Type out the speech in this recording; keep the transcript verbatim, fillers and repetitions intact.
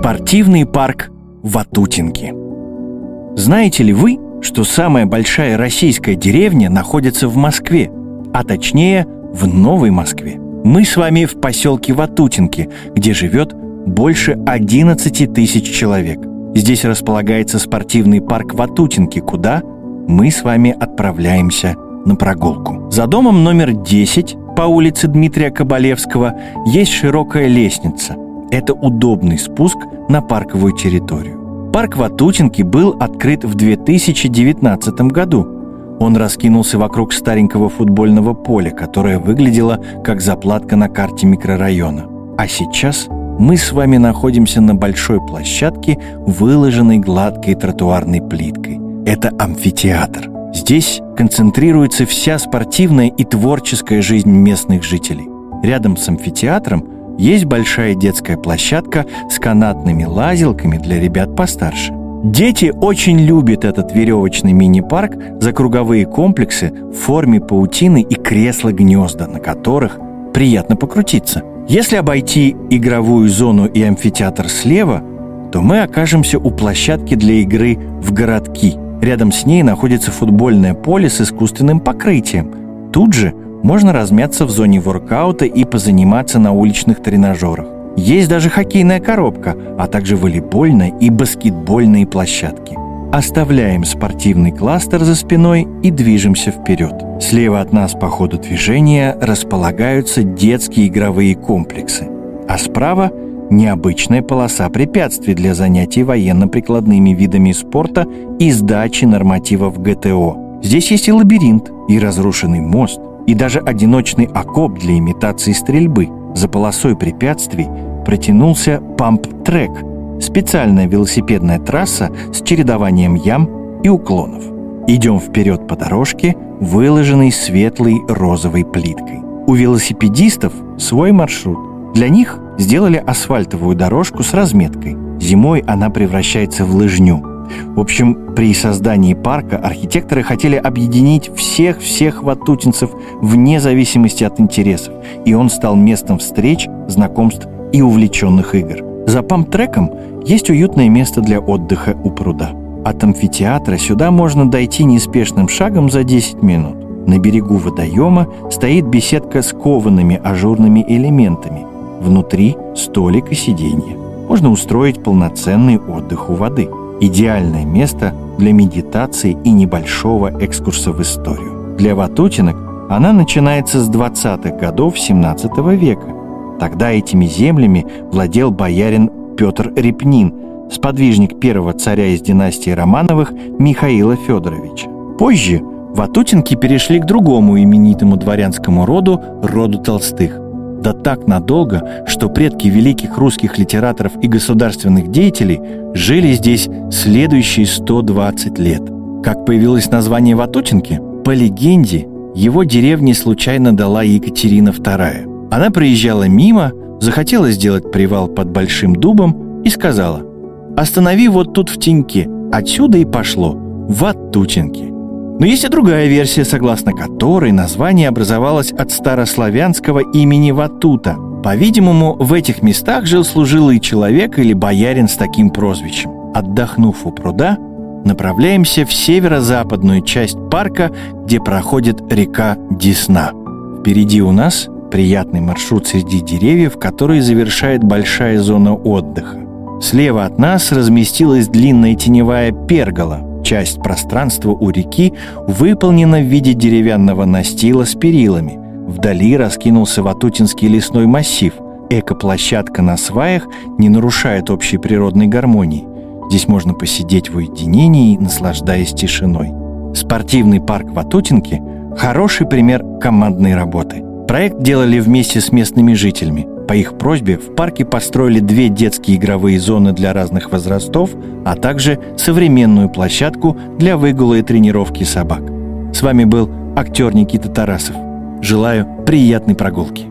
Спортивный парк Ватутинки. Знаете ли вы, что самая большая российская деревня находится в Москве, а точнее в Новой Москве? Мы с вами в поселке Ватутинки, где живет больше одиннадцати тысяч человек. Здесь располагается спортивный парк Ватутинки, куда мы с вами отправляемся на прогулку. За домом номер десять по улице Дмитрия Кабалевского есть широкая лестница. Это удобный спуск на парковую территорию. Парк Ватутинки был открыт в две тысячи девятнадцатом году. Он раскинулся вокруг старенького футбольного поля, которое выглядело как заплатка на карте микрорайона. А сейчас мы с вами находимся на большой площадке, выложенной гладкой тротуарной плиткой. Это амфитеатр. Здесь концентрируется вся спортивная и творческая жизнь местных жителей. Рядом с амфитеатром есть большая детская площадка с канатными лазилками для ребят постарше. Дети очень любят этот веревочный мини-парк за круговые комплексы в форме паутины и кресла-гнезда, на которых приятно покрутиться. Если обойти игровую зону и амфитеатр слева, то мы окажемся у площадки для игры в городки. Рядом с ней находится футбольное поле с искусственным покрытием. Тут же можно размяться в зоне воркаута и позаниматься на уличных тренажерах. Есть даже хоккейная коробка, а также волейбольная и баскетбольные площадки. Оставляем спортивный кластер за спиной и движемся вперед. Слева от нас по ходу движения располагаются детские игровые комплексы, а справа необычная полоса препятствий для занятий военно-прикладными видами спорта и сдачи нормативов гэ тэ о. Здесь есть и лабиринт, и разрушенный мост, и даже одиночный окоп для имитации стрельбы. За полосой препятствий протянулся памп-трек – специальная велосипедная трасса с чередованием ям и уклонов. Идем вперед по дорожке, выложенной светлой розовой плиткой. У велосипедистов свой маршрут. Для них сделали асфальтовую дорожку с разметкой. Зимой она превращается в лыжню. В общем, при создании парка архитекторы хотели объединить всех-всех ватутинцев вне зависимости от интересов, и он стал местом встреч, знакомств и увлеченных игр. За памп-треком есть уютное место для отдыха у пруда. От амфитеатра сюда можно дойти неспешным шагом за десять минут. На берегу водоема стоит беседка с коваными ажурными элементами. Внутри столик и сиденье. Можно устроить полноценный отдых у воды. Идеальное место для медитации и небольшого экскурса в историю. Для ватутинок она начинается с двадцатых годов семнадцатого века. Тогда этими землями владел боярин Петр Репнин, сподвижник первого царя из династии Романовых Михаила Федоровича. Позже ватутинки перешли к другому именитому дворянскому роду, роду Толстых. Да так надолго, что предки великих русских литераторов и государственных деятелей жили здесь следующие сто двадцать лет. Как появилось название Ватутинки? По легенде, его деревне случайно дала Екатерина вторая. Она проезжала мимо, захотела сделать привал под большим дубом и сказала: «Останови вот тут в теньке, отсюда и пошло, Ватутинки». Но есть и другая версия, согласно которой название образовалось от старославянского имени Ватута. По-видимому, в этих местах жил служилый человек или боярин с таким прозвищем. Отдохнув у пруда, направляемся в северо-западную часть парка, где проходит река Десна. Впереди у нас приятный маршрут среди деревьев, который завершает большая зона отдыха. Слева от нас разместилась длинная теневая пергола. Часть пространства у реки выполнена в виде деревянного настила с перилами. Вдали раскинулся Ватутинский лесной массив. Эко-площадка на сваях не нарушает общей природной гармонии. Здесь можно посидеть в уединении, наслаждаясь тишиной. Спортивный парк Ватутинки – хороший пример командной работы. Проект делали вместе с местными жителями. По их просьбе в парке построили две детские игровые зоны для разных возрастов, а также современную площадку для выгула и тренировки собак. С вами был актер Никита Тарасов. Желаю приятной прогулки.